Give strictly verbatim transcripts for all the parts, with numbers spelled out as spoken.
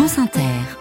France Inter.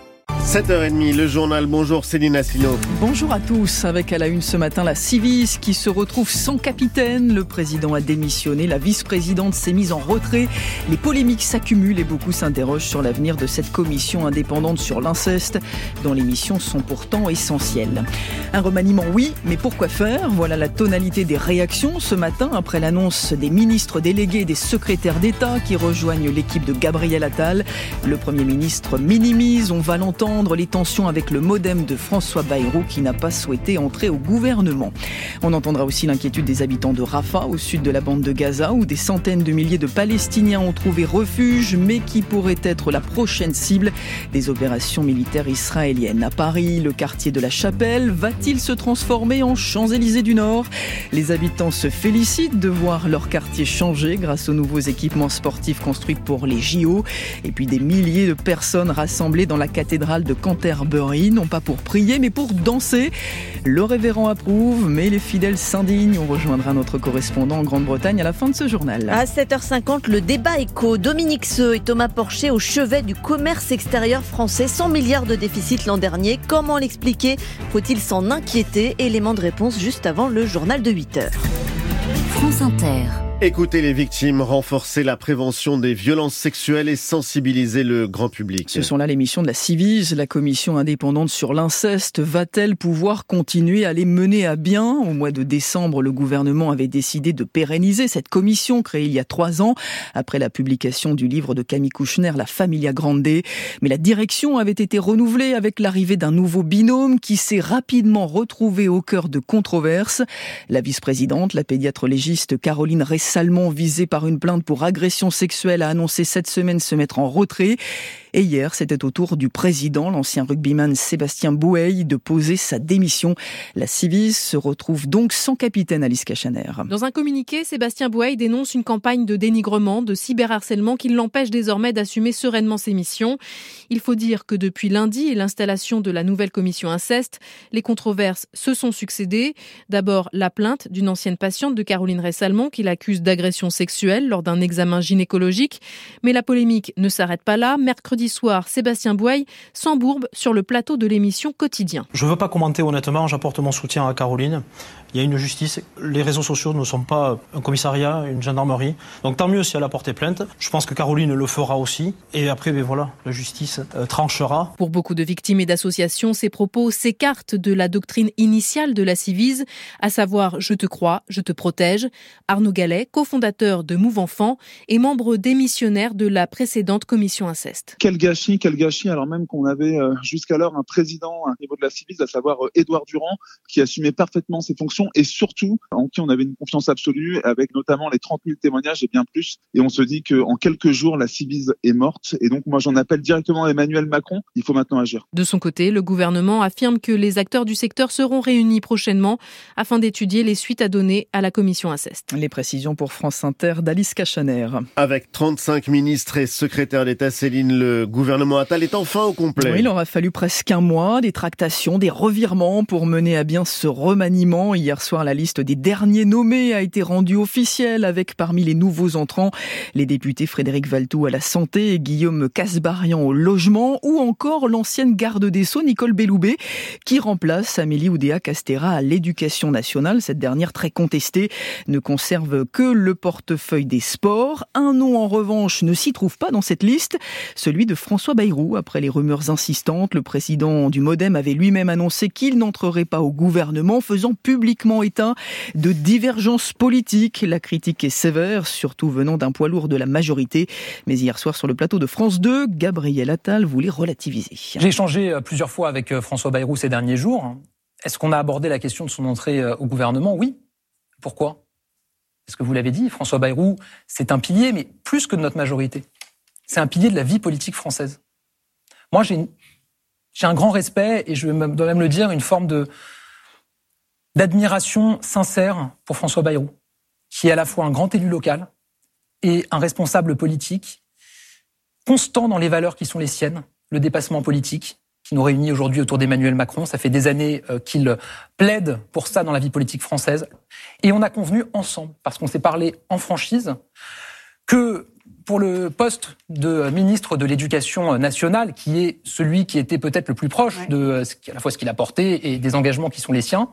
sept heures trente, le journal. Bonjour Céline Asselineau. Bonjour à tous. Avec à la une ce matin la Civis qui se retrouve sans capitaine. Le président a démissionné, la vice-présidente s'est mise en retrait. Les polémiques s'accumulent et beaucoup s'interrogent sur l'avenir de cette commission indépendante sur l'inceste, dont les missions sont pourtant essentielles. Un remaniement, oui, mais pourquoi faire ? Voilà la tonalité des réactions ce matin après l'annonce des ministres délégués et des secrétaires d'État qui rejoignent l'équipe de Gabriel Attal. Le Premier ministre minimise, on va l'entendre, les tensions avec le modem de François Bayrou qui n'a pas souhaité entrer au gouvernement. On entendra aussi l'inquiétude des habitants de Rafah, au sud de la bande de Gaza, où des centaines de milliers de Palestiniens ont trouvé refuge, mais qui pourraient être la prochaine cible des opérations militaires israéliennes. À Paris, le quartier de la Chapelle va-t-il se transformer en Champs-Élysées du Nord ? Les habitants se félicitent de voir leur quartier changer grâce aux nouveaux équipements sportifs construits pour les J O. Et puis des milliers de personnes rassemblées dans la cathédrale de Canterbury, non pas pour prier, mais pour danser. Le révérend approuve, mais les fidèles s'indignent. On rejoindra notre correspondant en Grande-Bretagne à la fin de ce journal. À sept heures cinquante, le débat éco. Dominique Seux et Thomas Porcher au chevet du commerce extérieur français. cent milliards de déficit l'an dernier. Comment l'expliquer ? Faut-il s'en inquiéter ? Élément de réponse juste avant le journal de huit heures. France Inter. Écoutez les victimes, renforcer la prévention des violences sexuelles et sensibiliser le grand public. Ce sont là les missions de la Civis, la commission indépendante sur l'inceste. Va-t-elle pouvoir continuer à les mener à bien ? Au mois de décembre, le gouvernement avait décidé de pérenniser cette commission créée il y a trois ans, après la publication du livre de Camille Kouchner, La Familia Grande. Mais la direction avait été renouvelée avec l'arrivée d'un nouveau binôme qui s'est rapidement retrouvé au cœur de controverses. La vice-présidente, la pédiatre légiste Caroline Ressac, Salmon, visé par une plainte pour agression sexuelle, a annoncé cette semaine se mettre en retrait. Et hier, c'était au tour du président, l'ancien rugbyman Sébastien Bouey, de poser sa démission. La Civis se retrouve donc sans capitaine, Alice Cachaner. Dans un communiqué, Sébastien Bouey dénonce une campagne de dénigrement, de cyberharcèlement qui l'empêche désormais d'assumer sereinement ses missions. Il faut dire que depuis lundi et l'installation de la nouvelle commission inceste, les controverses se sont succédées. D'abord, la plainte d'une ancienne patiente de Caroline Ressac qui l'accuse d'agression sexuelle lors d'un examen gynécologique. Mais la polémique ne s'arrête pas là. Mercredi soir, Sébastien Bouey s'embourbe sur le plateau de l'émission Quotidien. Je ne veux pas commenter honnêtement, j'apporte mon soutien à Caroline. Il y a une justice, les réseaux sociaux ne sont pas un commissariat, une gendarmerie. Donc tant mieux si elle a porté plainte. Je pense que Caroline le fera aussi. Et après, ben voilà, la justice euh, tranchera. Pour beaucoup de victimes et d'associations, ces propos s'écartent de la doctrine initiale de la Civis, à savoir « je te crois, je te protège ». Arnaud Gallet, cofondateur de Move Enfant et membre démissionnaire de la précédente commission inceste. Quel gâchis, quel gâchis, alors même qu'on avait euh, jusqu'alors un président à niveau de la Civis, à savoir euh, Édouard Durand, qui assumait parfaitement ses fonctions et surtout en qui on avait une confiance absolue, avec notamment les trente mille témoignages et bien plus. Et on se dit qu'en quelques jours, la Civis est morte. Et donc moi, j'en appelle directement à Emmanuel Macron. Il faut maintenant agir. De son côté, le gouvernement affirme que les acteurs du secteur seront réunis prochainement afin d'étudier les suites à donner à la commission inceste. Les précisions pour France Inter d'Alice Cachaner. Avec trente-cinq ministres et secrétaires d'État, Céline, le gouvernement Attal est enfin au complet. Oui, il aura fallu presque un mois, des tractations, des revirements pour mener à bien ce remaniement. Hier soir, la liste des derniers nommés a été rendue officielle avec parmi les nouveaux entrants les députés Frédéric Valletoux à la santé et Guillaume Kasbarian au logement ou encore l'ancienne garde des Sceaux Nicole Belloubet qui remplace Amélie Oudéa-Castéra à l'éducation nationale. Cette dernière, très contestée, ne conserve que le portefeuille des sports. Un nom en revanche ne s'y trouve pas dans cette liste, celui de François Bayrou. Après les rumeurs insistantes, le président du Modem avait lui-même annoncé qu'il n'entrerait pas au gouvernement, faisant publiquement état de divergences politiques. La critique est sévère, surtout venant d'un poids lourd de la majorité. Mais hier soir, sur le plateau de France deux, Gabriel Attal voulait relativiser. J'ai échangé plusieurs fois avec François Bayrou ces derniers jours. Est-ce qu'on a abordé la question de son entrée au gouvernement ? Oui. Pourquoi ? Parce que vous l'avez dit, François Bayrou, c'est un pilier, mais plus que de notre majorité. C'est un pilier de la vie politique française. Moi, j'ai, une, j'ai un grand respect, et je dois même le dire, une forme de, d'admiration sincère pour François Bayrou, qui est à la fois un grand élu local et un responsable politique, constant dans les valeurs qui sont les siennes, le dépassement politique, qui nous réunit aujourd'hui autour d'Emmanuel Macron. Ça fait des années euh, qu'il plaide pour ça dans la vie politique française. Et on a convenu ensemble, parce qu'on s'est parlé en franchise, que pour le poste de ministre de l'Éducation nationale, qui est celui qui était peut-être le plus proche ouais. de à la fois ce qu'il a porté et des engagements qui sont les siens,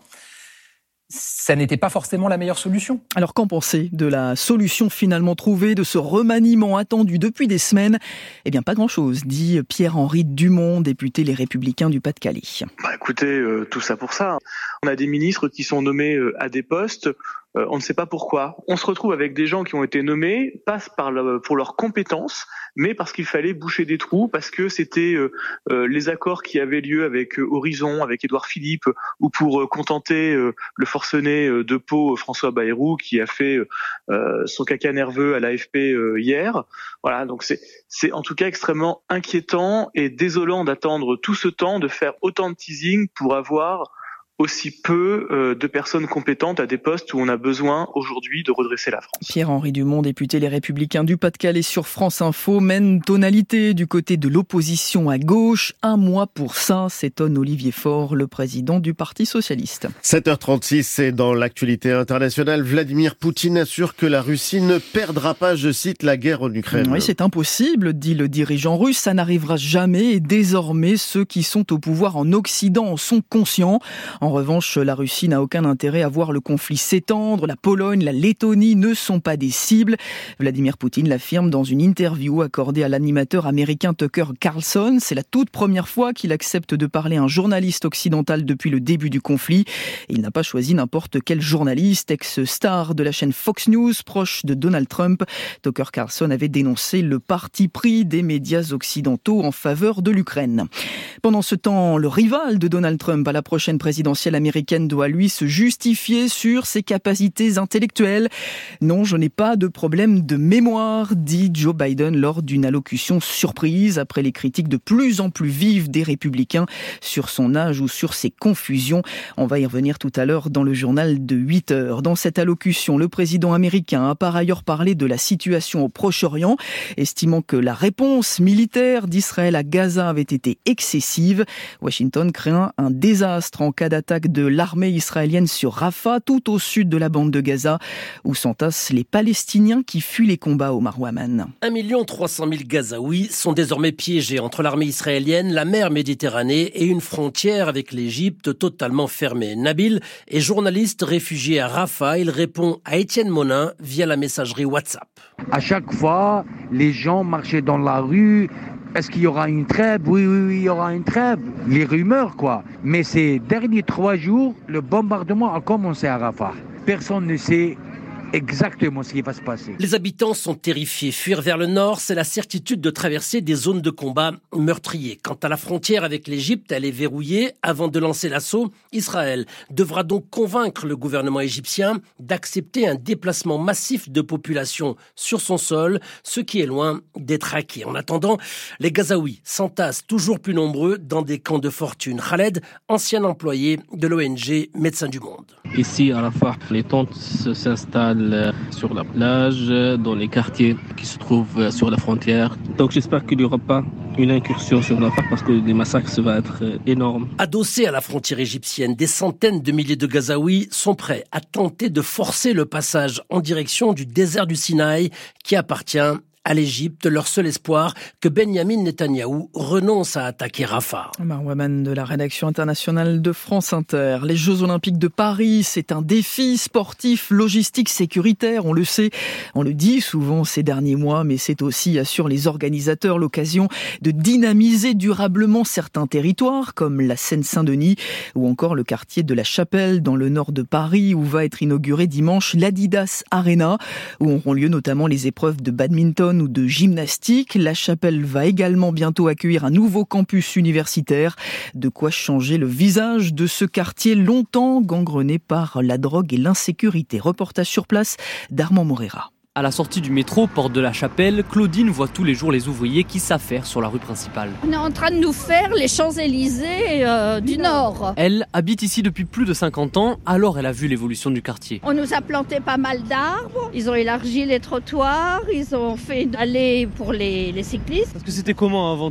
ça n'était pas forcément la meilleure solution. Alors qu'en penser de la solution finalement trouvée, de ce remaniement attendu depuis des semaines ? Eh bien pas grand-chose, dit Pierre-Henri Dumont, député Les Républicains du Pas-de-Calais. Bah écoutez, euh, tout ça pour ça. On a des ministres qui sont nommés euh, à des postes, euh, on ne sait pas pourquoi. On se retrouve avec des gens qui ont été nommés, pas par le, pour leurs compétences, mais parce qu'il fallait boucher des trous, parce que c'était euh, euh, les accords qui avaient lieu avec euh, Horizon, avec Édouard Philippe, ou pour euh, contenter euh, le forcené euh, de Pau, François Bayrou, qui a fait euh, son caca nerveux à l'A F P euh, hier. Voilà, donc c'est, c'est en tout cas extrêmement inquiétant et désolant d'attendre tout ce temps, de faire autant de teasing pour avoir aussi peu euh, de personnes compétentes à des postes où on a besoin aujourd'hui de redresser la France. Pierre-Henri Dumont, député Les Républicains du Pas-de-Calais sur France Info, mène tonalité du côté de l'opposition à gauche. Un mois pour ça, s'étonne Olivier Faure, le président du Parti socialiste. sept heures trente-six, et dans l'actualité internationale, Vladimir Poutine assure que la Russie ne perdra pas, je cite, la guerre en Ukraine. Oui, c'est impossible, dit le dirigeant russe, ça n'arrivera jamais et désormais ceux qui sont au pouvoir en Occident en sont conscients. En revanche, la Russie n'a aucun intérêt à voir le conflit s'étendre. La Pologne, la Lettonie ne sont pas des cibles. Vladimir Poutine l'affirme dans une interview accordée à l'animateur américain Tucker Carlson. C'est la toute première fois qu'il accepte de parler à un journaliste occidental depuis le début du conflit. Il n'a pas choisi n'importe quel journaliste, ex-star de la chaîne Fox News, proche de Donald Trump. Tucker Carlson avait dénoncé le parti pris des médias occidentaux en faveur de l'Ukraine. Pendant ce temps, le rival de Donald Trump à la prochaine présidentielle américaine doit lui se justifier sur ses capacités intellectuelles. Non, je n'ai pas de problème de mémoire, dit Joe Biden lors d'une allocution surprise après les critiques de plus en plus vives des républicains sur son âge ou sur ses confusions. On va y revenir tout à l'heure dans le journal de huit heures. Dans cette allocution, le président américain a par ailleurs parlé de la situation au Proche-Orient, estimant que la réponse militaire d'Israël à Gaza avait été excessive. Washington craint un désastre en cas d'attaque de l'armée israélienne sur Rafah, tout au sud de la bande de Gaza, où s'entassent les Palestiniens qui fuient les combats au Marouaman. un million trois cent mille Gazaouis sont désormais piégés entre l'armée israélienne, la mer Méditerranée et une frontière avec l'Égypte totalement fermée. Nabil est journaliste réfugié à Rafah. Il répond à Étienne Monin via la messagerie WhatsApp. À chaque fois, les gens marchaient dans la rue. Est-ce qu'il y aura une trêve ? Oui, oui, oui, il y aura une trêve. Les rumeurs, quoi. Mais ces derniers trois jours, le bombardement a commencé à Rafah. Personne ne sait exactement ce qui va se passer. Les habitants sont terrifiés. Fuir vers le nord, c'est la certitude de traverser des zones de combat meurtriers. Quant à la frontière avec l'Égypte, elle est verrouillée. Avant de lancer l'assaut, Israël devra donc convaincre le gouvernement égyptien d'accepter un déplacement massif de population sur son sol, ce qui est loin d'être acquis. En attendant, les Gazaouis s'entassent toujours plus nombreux dans des camps de fortune. Khaled, ancien employé de l'O N G Médecins du Monde. Ici, à Rafah, les tentes s'installent sur la plage, dans les quartiers qui se trouvent sur la frontière. Donc j'espère qu'il n'y aura pas une incursion sur Rafah parce que les massacres, ça va être énorme. Adossés à la frontière égyptienne, des centaines de milliers de Gazaouis sont prêts à tenter de forcer le passage en direction du désert du Sinaï qui appartient à l'Égypte. Leur seul espoir, que Benyamin Netanyahou renonce à attaquer Rafah. Marouaman de la rédaction internationale de France Inter. Les Jeux Olympiques de Paris, c'est un défi sportif, logistique, sécuritaire. On le sait, on le dit souvent ces derniers mois, mais c'est aussi, assure les organisateurs, l'occasion de dynamiser durablement certains territoires, comme la Seine-Saint-Denis, ou encore le quartier de la Chapelle, dans le nord de Paris, où va être inauguré dimanche l'Adidas Arena, où auront lieu notamment les épreuves de badminton ou de gymnastique. La Chapelle va également bientôt accueillir un nouveau campus universitaire. De quoi changer le visage de ce quartier longtemps gangrené par la drogue et l'insécurité. Reportage sur place d'Armand Morera. À la sortie du métro, porte de la Chapelle, Claudine voit tous les jours les ouvriers qui s'affairent sur la rue principale. On est en train de nous faire les Champs-Élysées euh, du Nord. Elle habite ici depuis plus de cinquante ans, alors elle a vu l'évolution du quartier. On nous a planté pas mal d'arbres, ils ont élargi les trottoirs, ils ont fait une allée pour les, les cyclistes. Parce que c'était comment avant tout ça ?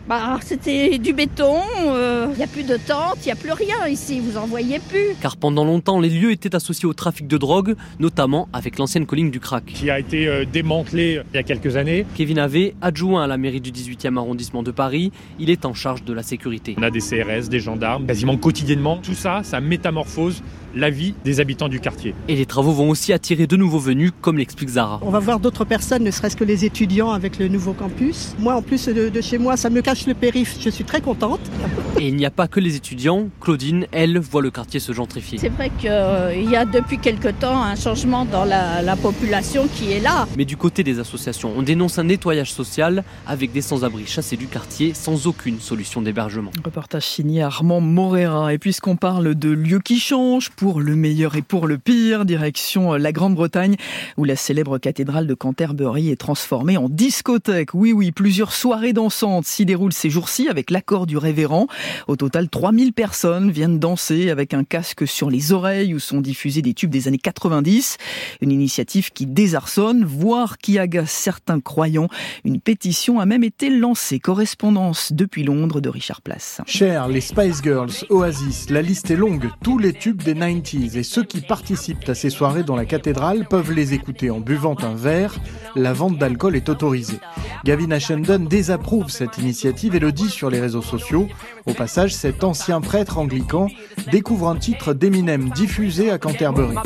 Bah, c'était du béton, il euh, n'y a plus de tentes, il n'y a plus rien ici, vous en voyez plus. Car pendant longtemps, les lieux étaient associés au trafic de drogue, notamment avec l'ancienne colline du crack. Qui a été euh, démantelée il y a quelques années. Kevin Havé, adjoint à la mairie du dix-huitième arrondissement de Paris, il est en charge de la sécurité. On a des C R S, des gendarmes, quasiment quotidiennement. Tout ça, ça métamorphose la vie des habitants du quartier. Et les travaux vont aussi attirer de nouveaux venus, comme l'explique Zara. On va voir d'autres personnes, ne serait-ce que les étudiants avec le nouveau campus. Moi, en plus de, de chez moi, ça me cache le périph', je suis très contente. Et il n'y a pas que les étudiants. Claudine, elle, voit le quartier se gentrifier. C'est vrai qu'il euh, y a depuis quelque temps un changement dans la, la population qui est là. Mais du côté des associations, on dénonce un nettoyage social avec des sans-abri chassés du quartier sans aucune solution d'hébergement. Reportage signé Armand Morera. Et puisqu'on parle de lieux qui changent, pour le meilleur et pour le pire, direction la Grande-Bretagne, où la célèbre cathédrale de Canterbury est transformée en discothèque. Oui, oui, plusieurs soirées dansantes s'y déroulent ces jours-ci avec l'accord du révérend. Au total, trois mille personnes viennent danser avec un casque sur les oreilles où sont diffusés des tubes des années quatre-vingt-dix. Une initiative qui désarçonne, voire qui agace certains croyants. Une pétition a même été lancée. Correspondance depuis Londres de Richard Place. Cher, les Spice Girls, Oasis, la liste est longue. Tous les tubes des quatre-vingt-dix et ceux qui participent à ces soirées dans la cathédrale peuvent les écouter en buvant un verre. La vente d'alcool est autorisée. Gavin Ashenden désapprouve cette initiative et le dit sur les réseaux sociaux. Au passage, cet ancien prêtre anglican découvre un titre d'Eminem diffusé à Canterbury.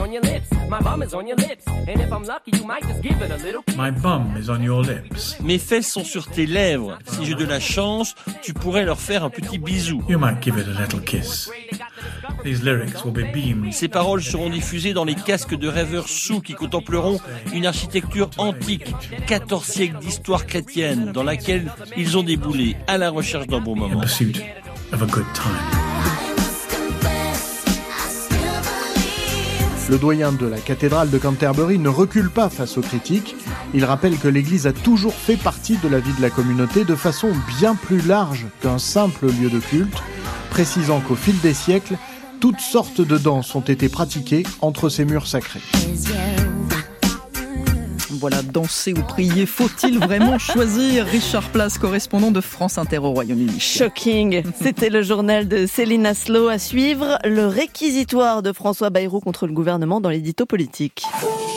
My bum is on your lips. Mes fesses sont sur tes lèvres. Si j'ai de la chance, tu pourrais leur faire un petit bisou. You might give it a little kiss. These lyrics will be beamed. Ces paroles seront diffusées dans les casques de rêveurs soûls qui contempleront une architecture antique, quatorze siècles d'histoire chrétienne, dans laquelle ils ont déboulé à la recherche d'un bon moment. In pursuit of a good time. Le doyen de la cathédrale de Canterbury ne recule pas face aux critiques. Il rappelle que l'église a toujours fait partie de la vie de la communauté de façon bien plus large qu'un simple lieu de culte, précisant qu'au fil des siècles, toutes sortes de danses ont été pratiquées entre ces murs sacrés. Voilà, danser ou prier, faut-il vraiment choisir? Richard Place, correspondant de France Inter au Royaume-Uni. Shocking. C'était le journal de Céline Aslo. À suivre, le réquisitoire de François Bayrou contre le gouvernement dans l'édito politique.